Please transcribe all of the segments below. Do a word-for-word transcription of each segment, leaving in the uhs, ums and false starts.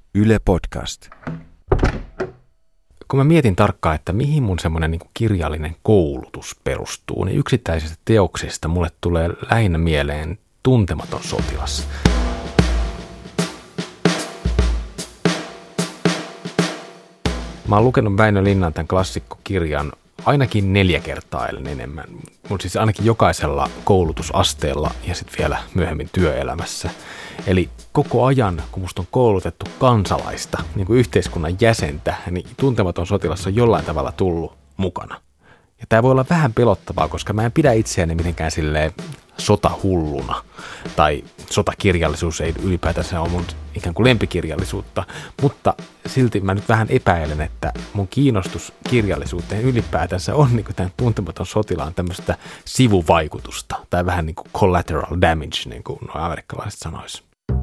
Yle Podcast. Kun mä mietin tarkkaan, että mihin mun semmoinen niin kuin kirjallinen koulutus perustuu, niin yksittäisistä teoksista mulle tulee lähinnä mieleen Tuntematon sotilas. Mä oon lukenut Väinö Linnan tämän klassikkokirjan ainakin neljä kertaa ellen enemmän. Mun siis ainakin jokaisella koulutusasteella ja sitten vielä myöhemmin työelämässä. Eli koko ajan, kun musta on koulutettu kansalaista, niin kuin yhteiskunnan jäsentä, niin Tuntematon sotilas on jollain tavalla tullut mukana. Ja tää voi olla vähän pelottavaa, koska mä en pidä itseäni mitenkään silleen sotahulluna. Tai sotakirjallisuus ei ylipäätänsä ole mun ikään kuin lempikirjallisuutta. Mutta silti mä nyt vähän epäilen, että mun kiinnostus kirjallisuuteen ylipäätänsä on niin kuin tämän Tuntematon sotilaan tämmöistä sivuvaikutusta. Tai vähän niin kuin collateral damage, niin kuin nuo amerikkalaiset sanois.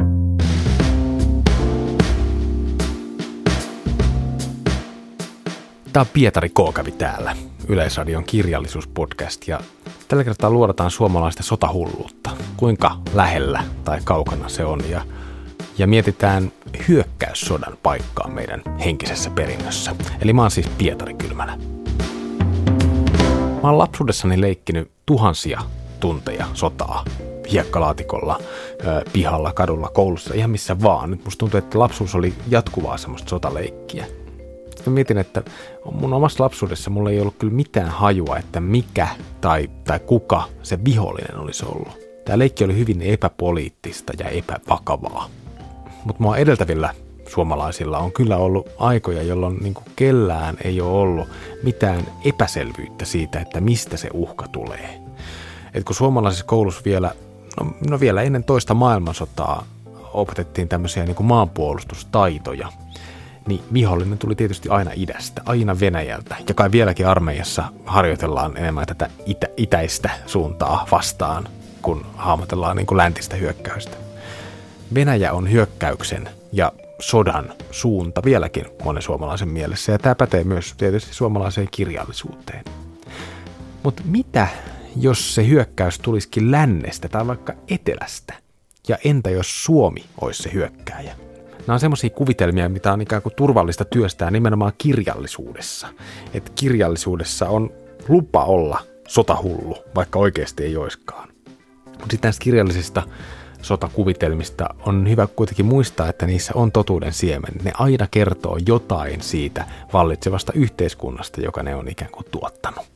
Tämä on Pietari K. kävi täällä, Yleisradion kirjallisuuspodcast, ja tällä kertaa luodataan suomalaista sotahulluutta, kuinka lähellä tai kaukana se on, ja, ja mietitään hyökkäyssodan paikkaa meidän henkisessä perinnössä. Eli mä oon siis Pietari Kylmälä. Mä oon lapsuudessani leikkinyt tuhansia tunteja sotaa, hiekkalaatikolla, pihalla, kadulla, koulussa, ihan missä vaan. Nyt musta tuntuu, että lapsuus oli jatkuvaa semmoista sotaleikkiä. Sitten mietin, että mun omassa lapsuudessa mulla ei ollut kyllä mitään hajua, että mikä tai, tai kuka se vihollinen olisi ollut. Tämä leikki oli hyvin epäpoliittista ja epävakavaa. Mutta mua edeltävillä suomalaisilla on kyllä ollut aikoja, jolloin niin kuin kellään ei ole ollut mitään epäselvyyttä siitä, että mistä se uhka tulee. Et kun suomalaisessa koulussa vielä, no, no vielä ennen toista maailmansotaa opetettiin tämmöisiä niin kuin maanpuolustustaitoja, niin vihollinen tuli tietysti aina idästä, aina Venäjältä. Ja kai vieläkin armeijassa harjoitellaan enemmän tätä itä, itäistä suuntaa vastaan, kun hahmotellaan niin kuin läntistä hyökkäystä. Venäjä on hyökkäyksen ja sodan suunta vieläkin monen suomalaisen mielessä, ja tämä pätee myös tietysti suomalaiseen kirjallisuuteen. Mutta mitä, jos se hyökkäys tulisikin lännestä tai vaikka etelästä? Ja entä jos Suomi olisi se hyökkääjä? Nämä on semmoisia kuvitelmia, mitä on ikään kuin turvallista työstää nimenomaan kirjallisuudessa. Että kirjallisuudessa on lupa olla sotahullu, vaikka oikeasti ei oiskaan. Mutta sitten näistä kirjallisista sotakuvitelmista on hyvä kuitenkin muistaa, että niissä on totuuden siemen. Ne aina kertoo jotain siitä vallitsevasta yhteiskunnasta, joka ne on ikään kuin tuottanut.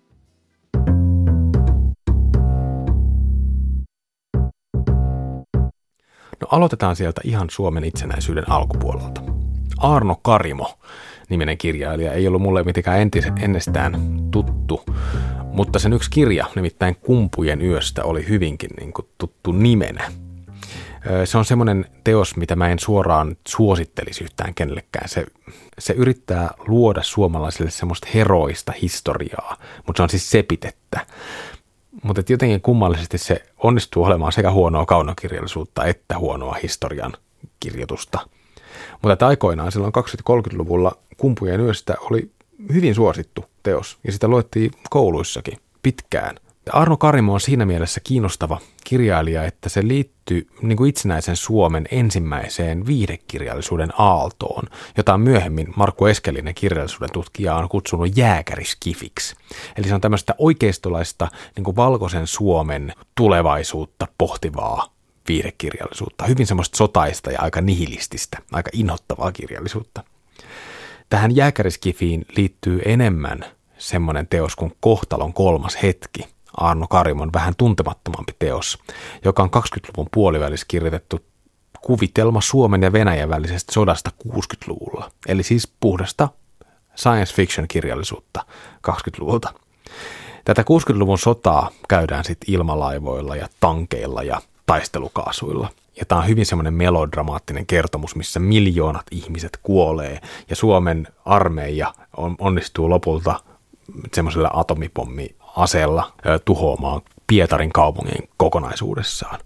No aloitetaan sieltä ihan Suomen itsenäisyyden alkupuolelta. Aarno Karimo, niminen kirjailija, ei ollut mulle mitenkään entis, ennestään tuttu, mutta sen yksi kirja, nimittäin Kumpujen yöstä, oli hyvinkin niin kuin tuttu nimenä. Se on semmoinen teos, mitä mä en suoraan suosittelisi yhtään kenellekään. Se, se yrittää luoda suomalaisille semmoista heroista historiaa, mutta se on siis sepitettä. Mutta jotenkin kummallisesti se onnistuu olemaan sekä huonoa kaunokirjallisuutta että huonoa historian kirjoitusta. Mutta aikoinaan silloin kaksikymmentä-kolmekymmentäluvulla Kumpujen yöstä oli hyvin suosittu teos ja sitä luettiin kouluissakin pitkään. Aarno Karimo on siinä mielessä kiinnostava kirjailija, että se liittyy niin kuin itsenäisen Suomen ensimmäiseen viihdekirjallisuuden aaltoon, jota myöhemmin Markku Eskelinen, kirjallisuuden tutkija, on kutsunut jääkäriskifiksi. Eli se on tämmöistä oikeistolaista niin kuin valkoisen Suomen tulevaisuutta pohtivaa viihdekirjallisuutta. Hyvin semmoista sotaista ja aika nihilististä, aika inhottavaa kirjallisuutta. Tähän jääkäriskifiin liittyy enemmän semmoinen teos kuin Kohtalon kolmas hetki, Aarno Karimon vähän tuntemattomampi teos, joka on kaksikymmentäluvun puolivälissä kirjoitettu kuvitelma Suomen ja Venäjän välisestä sodasta kuusikymmentäluvulla. Eli siis puhdasta science fiction kirjallisuutta kaksikymmentäluvulta. Tätä kuusikymmentäluvun sotaa käydään sitten ilmalaivoilla ja tankeilla ja taistelukaasuilla. Ja tämä on hyvin semmoinen melodramaattinen kertomus, missä miljoonat ihmiset kuolee ja Suomen armeija on, onnistuu lopulta semmoisella atomipommiaseella ö, tuhoamaan Pietarin kaupungin kokonaisuudessaan.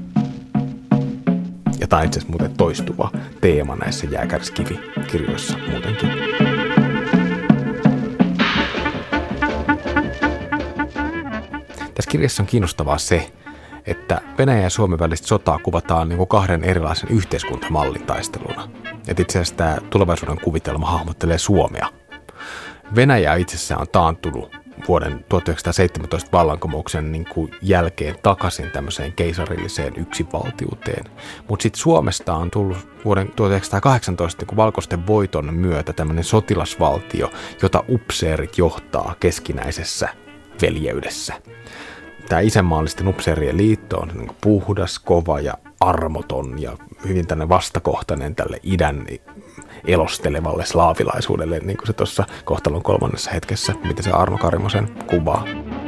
Ja tämä on itse asiassa muuten toistuva teema näissä jääkäriskivi-kirjoissa muutenkin. Tässä kirjassa on kiinnostavaa se, että Venäjän ja Suomen välistä sotaa kuvataan niin kuin kahden erilaisen yhteiskuntamallin taisteluna. Että itse asiassa tämä tulevaisuuden kuvitelma hahmottelee Suomea. Venäjä itsessään on taantunut vuoden tuhatyhdeksänsataaseitsemäntoista vallankumouksen niin kuin jälkeen takaisin tämmöiseen keisarilliseen yksinvaltiuteen. Mutta sitten Suomesta on tullut vuoden tuhatyhdeksänsataakahdeksantoista niin kuin valkoisten voiton myötä tämmöinen sotilasvaltio, jota upseerit johtaa keskinäisessä veljeydessä. Tämä isänmaallisten upseerien liitto on niin kuin puhdas, kova ja armoton ja hyvin tänne vastakohtainen tälle idän elostelevalle slaavilaisuudelle, niin kuin se tuossa kohtalon kolmannessa hetkessä, mitä se Arno Karimo sen kuvaa.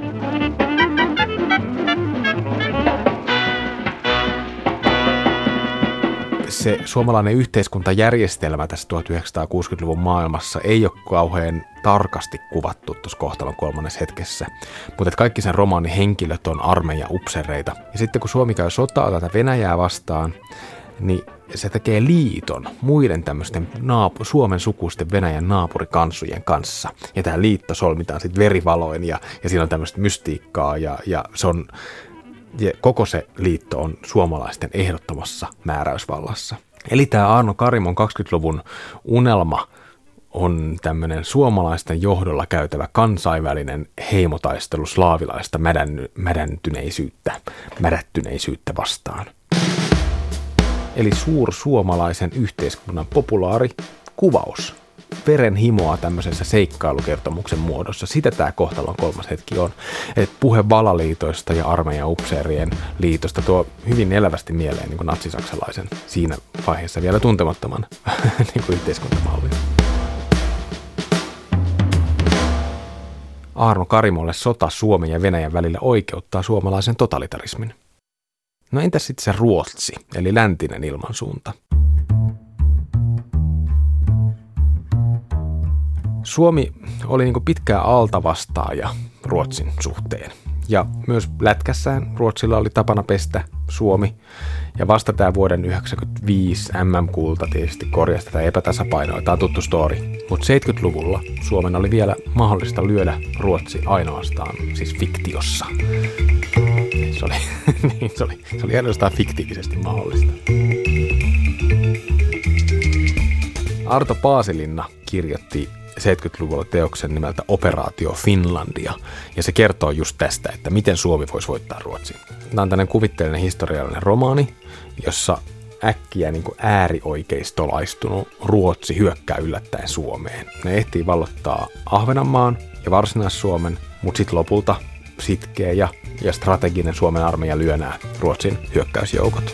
Se suomalainen yhteiskuntajärjestelmä tässä tuhatyhdeksänsataakuusikymmentäluvun maailmassa ei ole kauhean tarkasti kuvattu tuossa kohtalon kolmannessa hetkessä, mutta kaikki sen romaanin henkilöt on armeijan upseereita. Ja sitten kun Suomi käy sotaa tätä Venäjää vastaan, niin se tekee liiton muiden tämmöisten naapu- Suomen sukuisten Venäjän naapurikansujen kanssa. Ja tämä liitto solmitaan sitten verivaloin ja, ja siinä on tämmöistä mystiikkaa ja, ja se on... Ja koko se liitto on suomalaisten ehdottomassa määräysvallassa. Eli tämä Arno Karimon kaksikymmentäluvun unelma on tämmöinen suomalaisten johdolla käytävä kansainvälinen heimotaistelu slaavilaista mädänny, mädäntyneisyyttä, mädättyneisyyttä vastaan. Eli suursuomalaisen yhteiskunnan populaari kuvaus. Verenhimoa tämmöisessä seikkailukertomuksen muodossa. Sitä tämä kohtalon kolmas hetki on. Et puhe valaliitoista ja armeijan upseerien liitosta tuo hyvin elävästi mieleen niin kuin natsisaksalaisen siinä vaiheessa vielä tuntemattoman niin kuin yhteiskuntamallin. Arno Karimolle sota Suomen ja Venäjän välillä oikeuttaa suomalaisen totalitarismin. No entäs sitten se Ruotsi, eli läntinen ilmansuunta? Suomi oli niin kuin pitkään altavastaaja Ruotsin suhteen. Ja myös lätkässään Ruotsilla oli tapana pestä Suomi. Ja vasta tämä vuoden yhdeksänkymmentäviisi M M-kulta tietysti korjasi tätä epätasapainoa. Tämä on tuttu story. Mutta seitsemänkymmentäluvulla Suomen oli vielä mahdollista lyödä Ruotsi ainoastaan, siis fiktiossa. Se oli, niin, se oli, se oli ainoastaan fiktiivisesti mahdollista. Arto Paasilinna kirjoitti seitsemänkymmentäluvulla teoksen nimeltä Operaatio Finlandia, ja se kertoo just tästä, että miten Suomi voisi voittaa Ruotsin. Tämä on tämmöinen kuvitteellinen historiallinen romaani, jossa äkkiä niin kuin äärioikeistolaistunut Ruotsi hyökkää yllättäen Suomeen. Ne ehtii vallottaa Ahvenanmaan ja Varsinais-Suomen, mutta sitten lopulta sitkeä ja, ja strateginen Suomen armeija lyö nämä Ruotsin hyökkäysjoukot.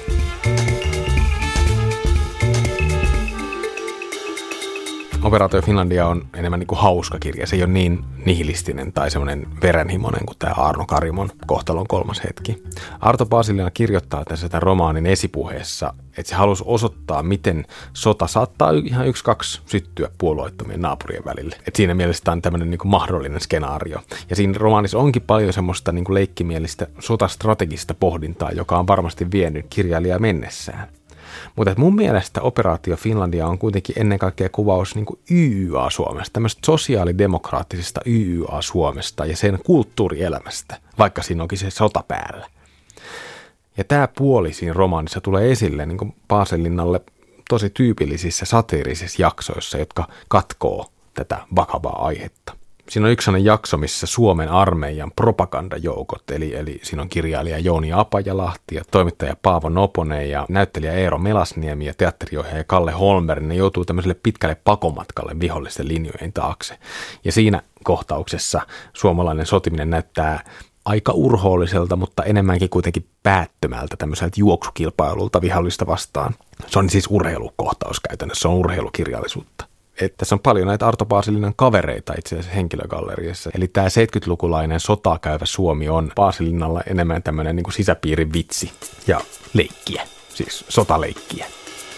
Operaatio Finlandia on enemmän niin kuin hauska kirja. Se ei ole niin nihilistinen tai semmoinen verenhimoinen kuin tämä Arno Karimon kohtalon kolmas hetki. Arto Paasilinna kirjoittaa tässä tämän romaanin esipuheessa, että se halusi osoittaa, miten sota saattaa ihan yksi kaksi syttyä puolueettomien naapurien välille. Et siinä mielessä tämä on tämmöinen niin kuin mahdollinen skenaario. Ja siinä romaanissa onkin paljon semmoista niin kuin leikkimielistä sotastrategista pohdintaa, joka on varmasti vienyt kirjailijaa mennessään. Mutta mun mielestä Operaatio Finlandia on kuitenkin ennen kaikkea kuvaus niin kuin Y Y A-Suomesta, tämmöistä sosiaalidemokraattisesta Y Y A-Suomesta ja sen kulttuurielämästä, vaikka siinä onkin se sota päällä. Ja tämä puoli siinä romaanissa tulee esille niin kuin Paasilinnalle tosi tyypillisissä satiirisissa jaksoissa, jotka katkoo tätä vakavaa aihetta. Siinä on yksi sellainen jakso, missä Suomen armeijan propagandajoukot, eli, eli siinä on kirjailija Jouni Apajalahti ja toimittaja Paavo Noponen ja näyttelijä Eero Melasniemi ja teatteriohjaaja Kalle Holmberg, ne joutuu tämmöiselle pitkälle pakomatkalle vihollisten linjojen taakse. Ja siinä kohtauksessa suomalainen sotiminen näyttää aika urhoolliselta, mutta enemmänkin kuitenkin päättömältä tämmöiseltä juoksukilpailulta vihollista vastaan. Se on siis urheilukohtaus käytännössä, se on urheilukirjallisuutta. Että tässä on paljon näitä Arto Paasilinnan kavereita itse asiassa henkilögalleriassa. Eli tämä seitsemänkymmentälukulainen sotaa käyvä Suomi on Paasilinnalla enemmän tämmöinen niin kuin sisäpiirin vitsi ja leikkiä, siis sotaleikkiä.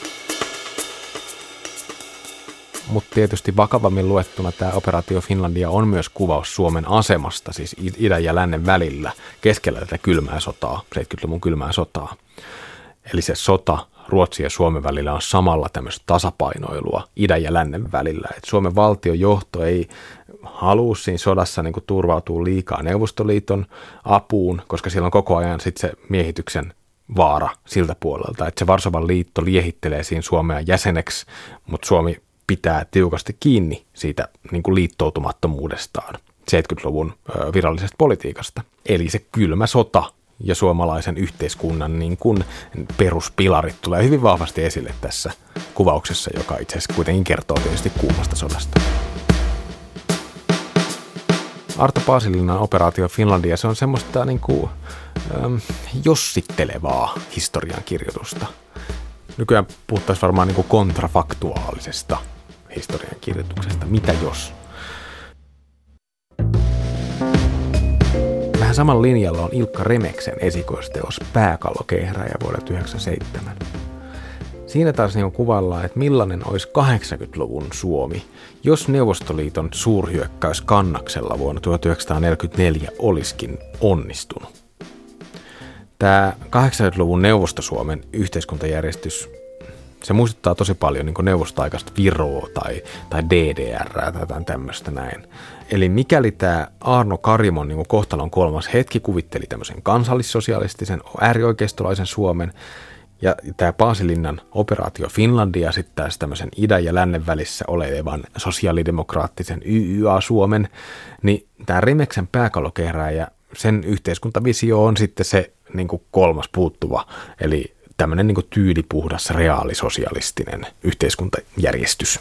Mutta tietysti vakavammin luettuna tämä Operaatio Finlandia on myös kuvaus Suomen asemasta, siis idän ja lännen välillä, keskellä tätä kylmää sotaa, seitsemänkymmentäluvun kylmää sotaa. Eli se sota Ruotsin ja Suomen välillä on samalla tämmöistä tasapainoilua idän ja lännen välillä. Et Suomen valtion johto ei halua siinä sodassa niin kuin turvautua liikaa Neuvostoliiton apuun, koska siellä on koko ajan sit se miehityksen vaara siltä puolelta, että se Varsovan liitto liehittelee siinä Suomea jäseneksi, mutta Suomi pitää tiukasti kiinni siitä niin kuin liittoutumattomuudestaan seitsemänkymmentäluvun virallisesta politiikasta. Eli se kylmä sota ja suomalaisen yhteiskunnan niin kuin peruspilarit tulee hyvin vahvasti esille tässä kuvauksessa, joka itse asiassa kuitenkin kertoo tietysti kuumasta sodasta. Arto Paasilinnan operaatio Finlandia, se on semmoista niin kuin, äm, jossittelevaa historiankirjoitusta. Nykyään puhuttaisiin varmaan niin kuin kontrafaktuaalisesta historiankirjoituksesta. Mitä jos? Vähän saman linjalla on Ilkka Remeksen esikoisteos Pääkallokehräjä vuodelta yhdeksänkymmentäseitsemän. Siinä taas niin kuvaillaan, että millainen olisi kahdeksankymmentäluvun Suomi, jos Neuvostoliiton suurhyökkäys Kannaksella vuonna tuhatyhdeksänsataaneljäkymmentäneljä olisikin onnistunut. Tämä kahdeksankymmentäluvun Neuvosto-Suomen yhteiskuntajärjestys, se muistuttaa tosi paljon niin kuin neuvostoaikaista Viroa tai, tai D D R tai jotain tämmöistä näin. Eli mikäli tämä Aarno Karimon niin kuin kohtalon kolmas hetki kuvitteli tämmöisen kansallissosialistisen äärioikeistolaisen Suomen, ja tämä Paasilinnan operaatio Finlandia sitten taas tämmöisen idän ja lännen välissä olevan sosiaalidemokraattisen Y Y A-Suomen, niin tämä Remeksen Pääkallokehräjä, sen yhteiskuntavisio on sitten se niin kuin kolmas puuttuva, eli tämmöinen niin kuin tyylipuhdas reaalisosialistinen yhteiskuntajärjestys.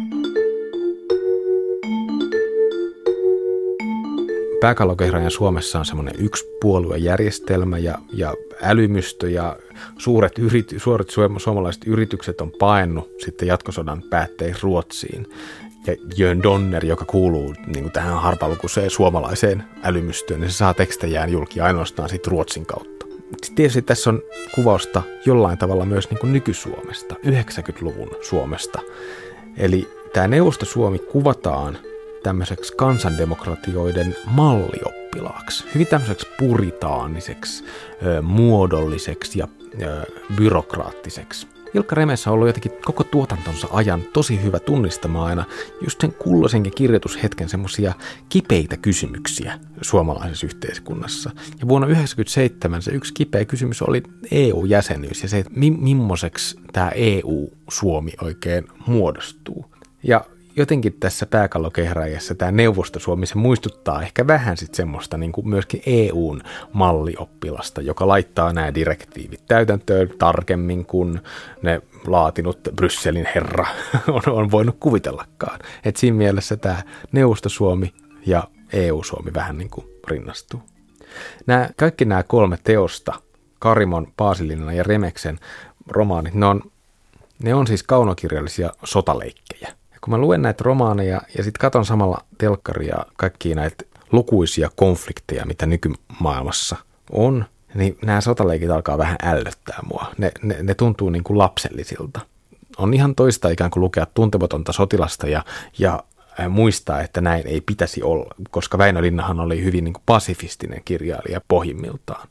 Pääkallokehräjän Suomessa on semmoinen yksipuoluejärjestelmä ja, ja älymystö ja suuret, yrity, suuret suomalaiset yritykset on paennut sitten jatkosodan päätteeksi Ruotsiin. Ja Jön Donner, joka kuuluu niin kuin tähän harpalukuiseen suomalaiseen älymystöön, niin se saa tekstejään julki ainoastaan sitten Ruotsin kautta. Sitten tietysti tässä on kuvausta jollain tavalla myös niin kuin nyky-Suomesta, yhdeksänkymmentäluvun Suomesta. Eli tämä Neuvosto-Suomi kuvataan tämmöiseksi kansandemokratioiden mallioppilaaksi, hyvin tämmöiseksi puritaaniseksi, muodolliseksi ja byrokraattiseksi. Ilkka Remessä on ollut jotenkin koko tuotantonsa ajan tosi hyvä tunnistamaan aina just sen kulloisenkin kirjoitushetken semmoisia kipeitä kysymyksiä suomalaisessa yhteiskunnassa. Ja vuonna yhdeksänkymmentäseitsemän se yksi kipeä kysymys oli E U-jäsenyys ja se, että mi- millaiseksi tämä E U-Suomi oikein muodostuu. Ja jotenkin tässä Pääkallokehräjässä tämä Neuvosto-Suomi, se muistuttaa ehkä vähän sitten semmoista niin kuin myöskin E U:n mallioppilasta, joka laittaa nämä direktiivit täytäntöön tarkemmin kuin ne laatinut Brysselin herra on, on voinut kuvitellakaan. Et siinä mielessä tämä Neuvosto-Suomi ja E U-Suomi vähän niin kuin rinnastuu. Nämä, kaikki nämä kolme teosta, Karimon, Paasilinnan ja Remeksen romaanit, ne on, ne on siis kaunokirjallisia sotaleikkejä. Kun mä luen näitä romaaneja ja sitten katon samalla telkkaria kaikkia näitä lukuisia konflikteja, mitä nykymaailmassa on, niin nämä sotaleikit alkaa vähän ällöttää mua. Ne, ne, ne tuntuu niin kuin lapsellisilta. On ihan toista ikään kuin lukea Tuntematonta sotilasta ja, ja muistaa, että näin ei pitäisi olla, koska Väinö Linnahan oli hyvin niin kuin pasifistinen kirjailija pohjimmiltaan.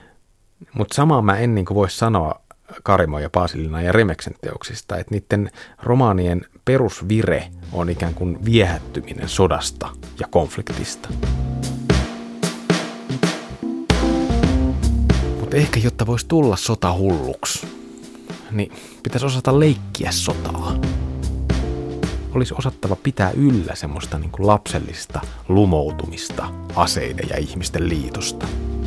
Mutta samaa mä en niin kuin voi sanoa Karimon ja Paasilinnan ja Remeksen teoksista, että niiden romaanien perusvire on ikään kuin viehättyminen sodasta ja konfliktista. Mutta ehkä jotta voisi tulla sotahulluksi, niin pitäisi osata leikkiä sotaa. Olisi osattava pitää yllä semmoista niin kuin lapsellista lumoutumista aseiden ja ihmisten liitosta.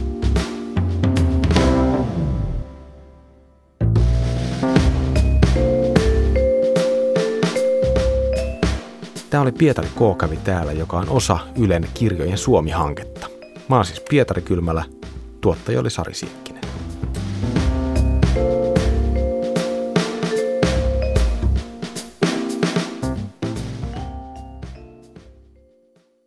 Tämä oli Pietari K. kävi täällä, joka on osa Ylen Kirjojen Suomi-hanketta. Mä oon siis Pietari Kylmälä, tuottaja oli Sari Siekkinen.